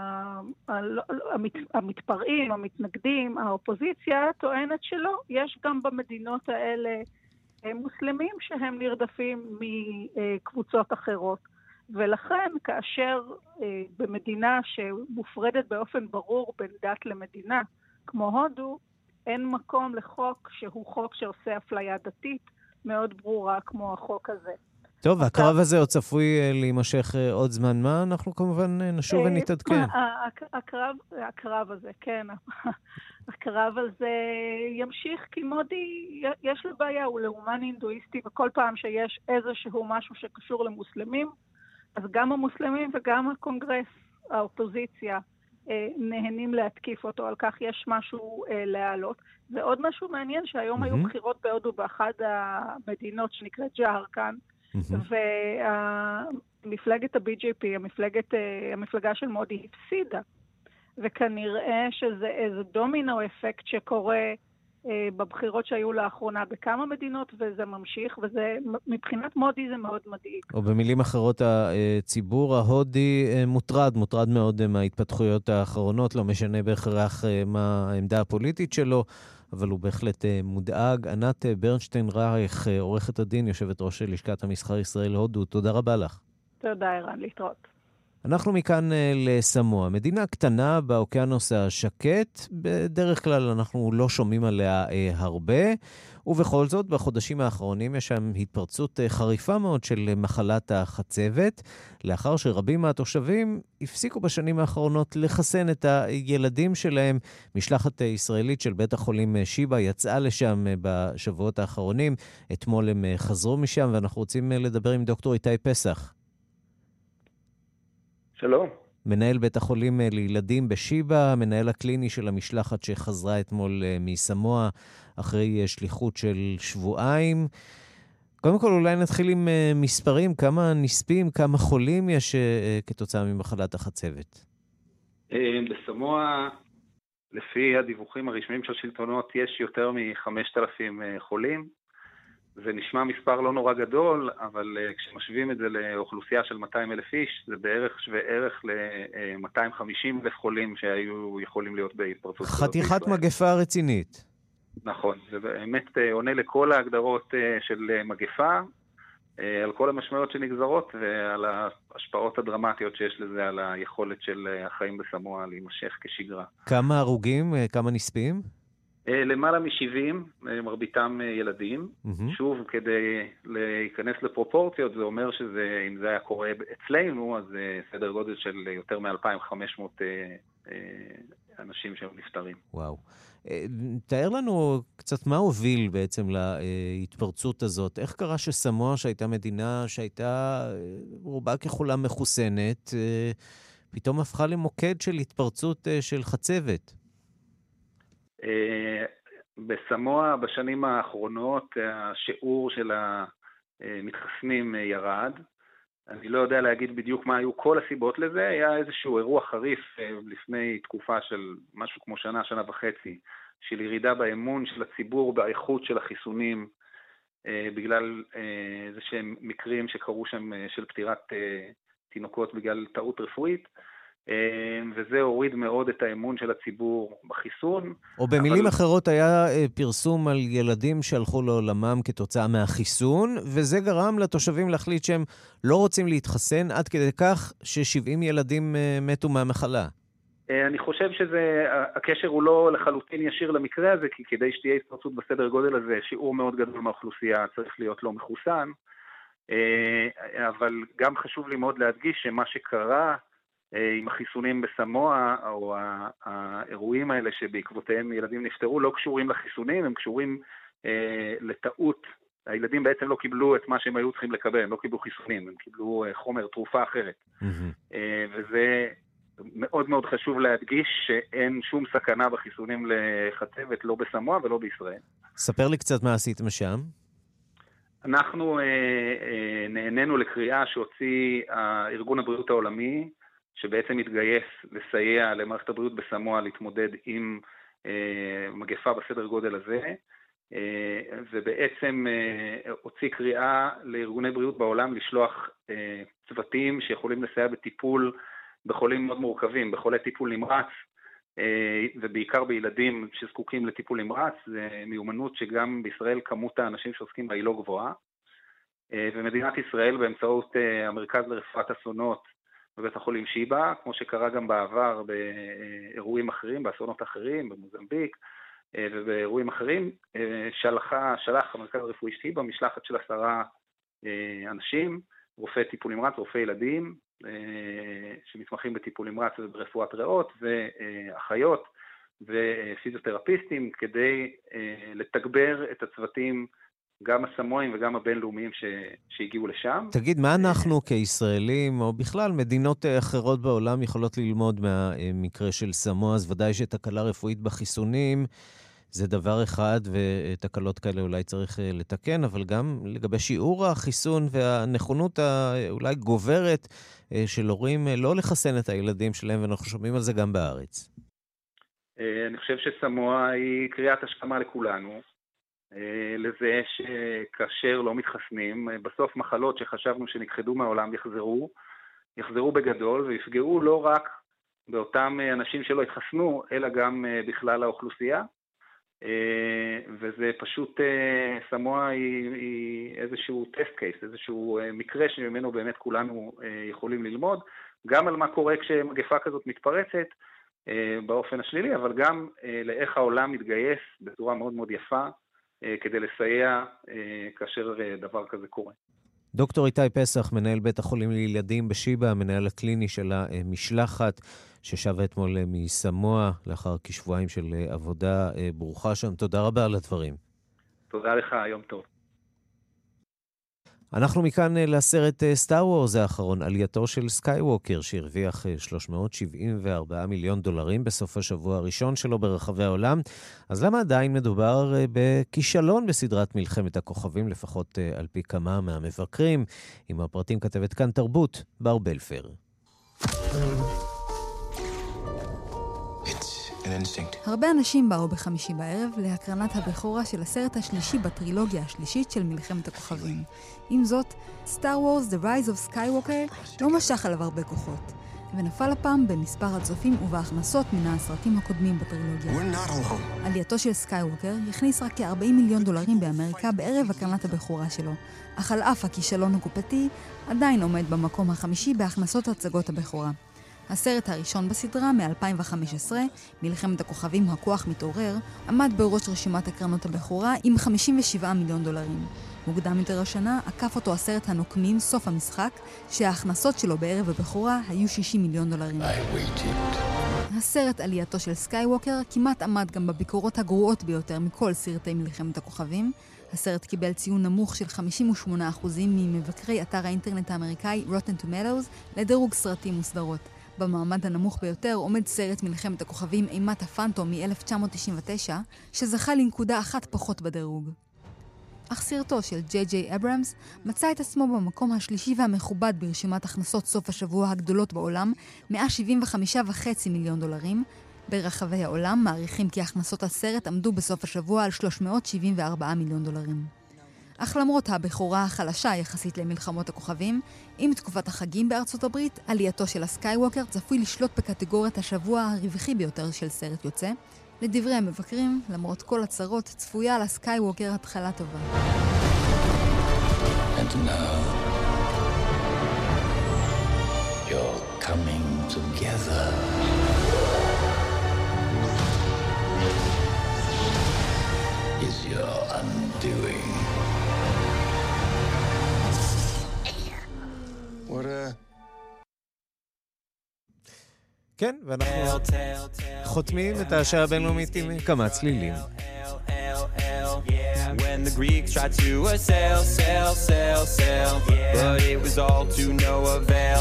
המתפרעים, המתנגדים, האופוזיציה טוענת שלא. יש גם במדינות האלה מוסלמים שהם נרדפים מקבוצות אחרות. ולכן כאשר במדינה שמופרדת באופן ברור בין דת למדינה, כמו הודו, אין מקום לחוק שהוא חוק שעושה אפליה דתית מאוד ברורה כמו החוק הזה. טוב, הקרב הזה עוד צפוי להימשך עוד זמן מה? אנחנו כמובן נשוב ונתעדכן. הקרב הזה, כן. הקרב הזה ימשיך כי מודי, יש לו בעיה, הוא לאומן הינדואיסטי, וכל פעם שיש איזשהו משהו שקשור למוסלמים, אז גם המוסלמים וגם הקונגרס, האופוזיציה, נהנים להתקיף אותו, על כך יש משהו להעלות. ועוד משהו מעניין שהיום היו בחירות בהודו באחד המדינות שנקראת ג'הרקן, ומפלגת ה-BJP, המפלגה של מודי, הפסידה. וכנראה שזה איזה דומינו אפקט שקורה בבחירות שהיו לאחרונה בכמה מדינות, וזה ממשיך, וזה, מבחינת מודי זה מאוד מדאיג. או במילים אחרות, הציבור ההודי מוטרד מאוד מההתפתחויות האחרונות, לא משנה בהכרח מה העמדה הפוליטית שלו, אבל הוא בהחלט מודאג. ענת ברנשטיין רייך, עורכת הדין, יושבת ראש לשכת המסחר ישראל הודו, תודה רבה לך. תודה, אירן, להתראות. אנחנו מכאן לסמואה, מדינה קטנה באוקיינוס השקט, בדרך כלל אנחנו לא שומעים עליה הרבה, ובכל זאת בחודשים האחרונים יש שם התפרצות חריפה מאוד של מחלת החצבת, לאחר שרבים מהתושבים הפסיקו בשנים האחרונות לחסן את הילדים שלהם. משלחת ישראלית של בית החולים שיבא יצאה לשם בשבועות האחרונים, אתמול הם חזרו משם, ואנחנו רוצים לדבר עם דוקטור איתי פסח. שלום. מנהל בית החולים לילדים בשיבא, מנהל הקליני של המשלחת שחזרה אתמול מסמואה אחרי שליחות של שבועיים. קודם כל אולי נתחיל עם מספרים, כמה נספים, כמה חולים יש כתוצאה ממחלת החצבת? בסמואה, לפי הדיווחים הרשמיים של שלטונות, יש יותר מ-5,000 חולים. זה נשמע מספר לא נורא גדול, אבל כשמשווים את זה לאוכלוסייה של 200,000 איש, זה בערך שווה ערך ל-250,000 חולים שהיו יכולים להיות בהתפרצות. חתיכת מגפה רצינית. נכון, זה באמת עונה לכל ההגדרות של מגפה, על כל המשמעויות שנגזרות ועל ההשפעות הדרמטיות שיש לזה על היכולת של החיים בסמואה להימשך כשגרה. כמה הרוגים, כמה נספים? למעלה מ-70, מרביתם ילדים. שוב, כדי להיכנס לפרופורציות, זה אומר שאם זה היה קורה אצלנו, אז זה סדר גודל של יותר מ-2,500 אנשים שהם נפטרים. וואו. תאר לנו קצת מה הוביל בעצם להתפרצות הזאת. איך קרה שסמואה, שהייתה מדינה שהייתה רובה ככולה מחוסנת, פתאום הפכה למוקד של התפרצות של חצבת? בסמואה בשנים האחרונות השיעור של המתחסנים ירד. אני לא יודע להגיד בדיוק מה היו כל הסיבות לזה. היה איזשהו אירוע חריף לפני תקופה של משהו כמו שנה, שנה וחצי, של ירידה באמון של הציבור באיכות של החיסונים, בגלל איזה שהם מקרים שקרו שם של פטירת תינוקות בגלל טעות רפואית. וזה הוריד מאוד את האמון של הציבור בחיסון. או במילים אחרות היה פרסום על ילדים שהלכו לעולמם כתוצאה מהחיסון, וזה גרם לתושבים להחליט שהם לא רוצים להתחסן, עד כדי כך ש70 ילדים מתו מהמחלה. אני חושב שהקשר הוא לא לחלוטין ישיר למקרה הזה, כי כדי שתהיה התפרצות בסדר גודל הזה, שיעור מאוד גדול מהאוכלוסייה צריך להיות לא מחוסן, אבל גם חשוב לי מאוד להדגיש שמה שקרה עם החיסונים בסמואה, או האירועים האלה שבעקבותיהם ילדים נפטרו, לא קשורים לחיסונים, הם קשורים לטעות. הילדים בעצם לא קיבלו את מה שהם היו צריכים לקבל, הם לא קיבלו חיסונים, הם קיבלו חומר, תרופה אחרת. וזה מאוד מאוד חשוב להדגיש שאין שום סכנה בחיסונים לחצבת, לא בסמואה ולא בישראל. ספר לי קצת מה עשיתם שם. אנחנו נהנינו לקריאה שהוציא ארגון הבריאות העולמי, שבעצם התגייס לסייע למערכת הבריאות בסמואה להתמודד עם מגפה בסדר גודל הזה, ובעצם הוציא קריאה לארגוני בריאות בעולם לשלוח צוותים שיכולים לסייע בטיפול בחולים מאוד מורכבים, בחולי טיפול נמרץ, ובעיקר בילדים שזקוקים לטיפול נמרץ. זה מיומנות שגם בישראל כמות האנשים שעוסקים בה היא לא גבוהה, ומדינת ישראל באמצעות המרכז לרפואת אסונות בבית החולים שיבא, כמו שקרה גם בעבר באירועים אחרים, באסונות אחרים, במוזמביק ובאירועים אחרים, שלח המרכז הרפואי שיבא משלחת של 10 אנשים, רופאי טיפול נמרץ, רופאי ילדים, שמתמחים בטיפול נמרץ וברפואת ריאות, ואחיות ופיזיותרפיסטים, כדי לתגבר את הצוותים גם הסמואים וגם הבינלאומיים שהגיעו לשם. תגיד, מה אנחנו כישראלים, או בכלל מדינות אחרות בעולם, יכולות ללמוד מהמקרה של סמואה? אז ודאי שתקלה רפואית בחיסונים זה דבר אחד, ותקלות כאלה אולי צריך לתקן, אבל גם לגבי שיעור החיסון והנכונות אולי גוברת של הורים לא לחסן את הילדים שלהם, ואנחנו שומעים על זה גם בארץ. אני חושב שסמואה היא קריאת השכמה לכולנו, לזה שכאשר לא מתחסנים, בסוף מחלות שחשבנו שנכחדו מהעולם יחזרו בגדול, ויפגעו לא רק באותם אנשים שלא התחסנו, אלא גם בכלל האוכלוסייה. וזה פשוט, סמואה היא איזשהו טסט קייס, איזשהו מקרה שממנו באמת כולנו יכולים ללמוד, גם על מה קורה כשמגפה כזאת מתפרצת באופן השלילי, אבל גם לאיך העולם מתגייס בצורה מאוד מאוד יפה, כדי לסייע כאשר דבר כזה קורה. דוקטור איתי פסח, מנהל בית החולים לילדים בשיבא, המנהל הקליני של המשלחת, ששבה אתמול מסמואה לאחר כשבועיים של עבודה ברוכה שם. תודה רבה על הדברים. תודה לך, יום טוב. אנחנו מכאן לסרט סטאר וורס האחרון, עלייתו של סקייווקר, שהרוויח $374 מיליון בסוף השבוע הראשון שלו ברחבי העולם. אז למה עדיין מדובר בכישלון בסדרת מלחמת הכוכבים, לפחות על פי כמה מהמבקרים? עם הפרטים כתבת כאן תרבות, בר בלפר. הרבה אנשים באו בחמישי בערב להקרנת הבכורה של הסרט השלישי בטרילוגיה השלישית של מלחמת הכוכבים. עם זאת, Star Wars The Rise of Skywalker לא משך עליו הרבה כוחות, ונפל הפעם במספר הצופים ובהכנסות מן הסרטים הקודמים בטרילוגיה. עלייתו של סקייווקר הכניס רק $40 מיליון באמריקה בערב הקרנת הבכורה שלו, אך על אף הכישלון הקופתי, עדיין עומד במקום החמישי בהכנסות הצגות הבכורה. הסרט הראשון בסדרה מ-2015, מלחמת הכוכבים הכוח מתעורר, עמד בראש רשימת הקרנות הבכורה עם $57 מיליון. מוקדם יותר השנה עקף אותו הסרט הנוקמים סוף המשחק, שההכנסות שלו בערב הבכורה היו $60 מיליון. הסרט עלייתו של סקייווקר כמעט עמד גם בביקורות הגרועות ביותר מכל סרטי מלחמת הכוכבים. הסרט קיבל ציון נמוך של 58% ממבקרי אתר האינטרנט האמריקאי Rotten Tomatoes לדירוג סרטים וסדרות. במעמד הנמוך ביותר עומד סרט מלחמת הכוכבים אימת הפנטום מ-1999, שזכה לנקודה אחת פחות בדירוג. אך סרטו של ג'יי אברמס מצא את עצמו במקום השלישי והמכובד ברשימת הכנסות סוף השבוע הגדולות בעולם, $175.5 מיליון. ברחבי העולם מעריכים כי הכנסות הסרט עמדו בסוף השבוע על $374 מיליון. אך למרות הבכורה החלשה יחסית למלחמות הכוכבים, עם תקופת החגים בארצות הברית, עלייתו של הסקייווקר צפוי לשלוט בקטגוריית השבוע הרווחי ביותר של סרט יוצא. לדברי המבקרים, למרות כל הצרות, צפויה לסקייווקר התחלה טובה. And now, you're coming together. Is your undoing. What כן, ואנחנו חותמים את השעה הבינלאומית עם כמה צלילים. When the Greeks tried to sail, but it was all to no avail,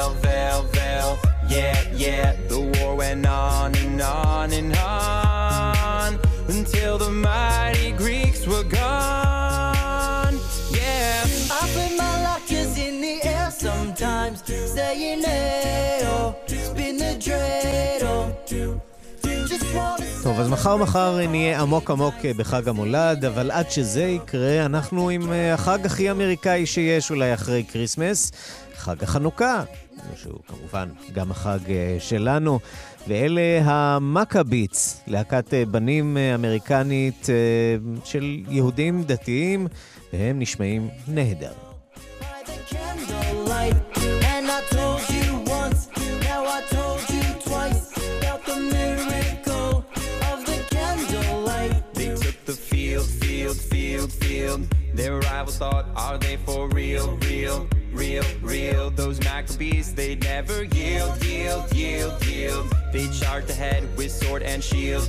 yeah, the war went on and on and on, until the mighty Greeks were gone, yeah. I put my lockers in the air sometimes, saying hey-oh, spin the dreidel. טוב, אז מחר נהיה עמוק בחג המולד, אבל עד שזה יקרה, אנחנו עם החג הכי אמריקאי שיש, אולי אחרי קריסמס, חג החנוכה, שהוא כמובן גם החג שלנו, ואלה המקביץ, להקת בנים אמריקנית של יהודים דתיים, והם נשמעים נהדר. Their rivals thought, are they for real? Those Maccabees, they never yield. They charged ahead with sword and shield.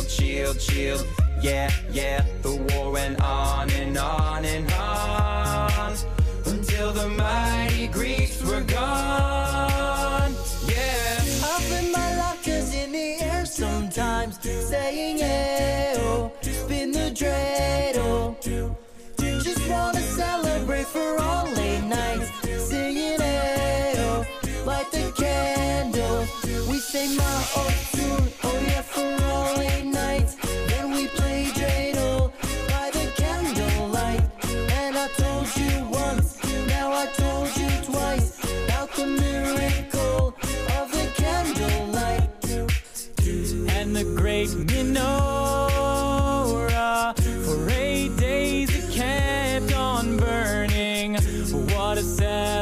Yeah, the war went on and on and on, until the mighty Greeks were gone. Yeah, I put my lockers in the air sometimes, saying hey-oh, spin the dreidel. Just wanna celebrate for all late nights, singing hey-oh, light the candle. We say ma'osun, oh yeah, for all late nights. Then we play dreidel by the candlelight. And I told you once, now I told you twice, about the miracle of the candlelight. And the great menorah, for 8 days it kept on burning. What a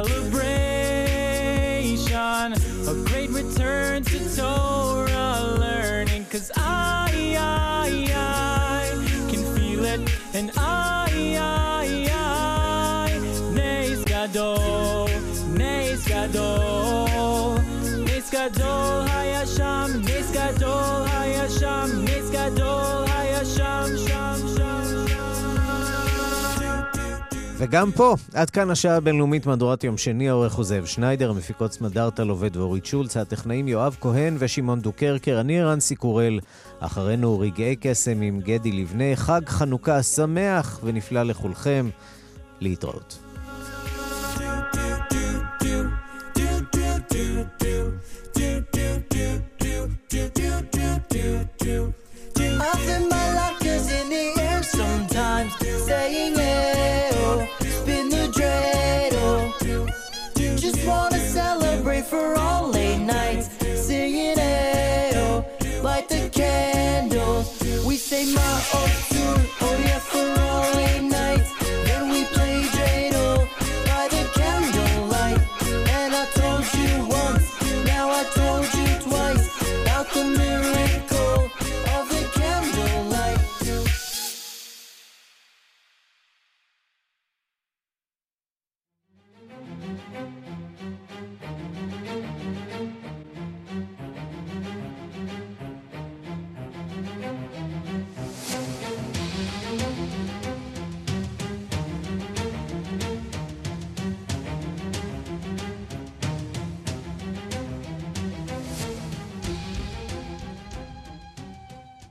celebration, a great return to Torah learning. 'Cause I can feel it, and I Nes Gadol, Nes Gadol, Nes Gadol Hayasham, Nes Gadol Hayasham, Nes Gadol Hayasham, Sham. וגם פה, עד כאן השעה הבינלאומית מהדורת יום שני, העורך הוא זאב שניידר, המפיקות סמדארטה לובד ואורית שולץ, הטכנאים יואב כהן ושמעון דוקרקר, אני רנסי קורל, אחרינו רגעי קסם עם גדי לבנה, חג חנוכה שמח ונפלא לכולכם, להתראות.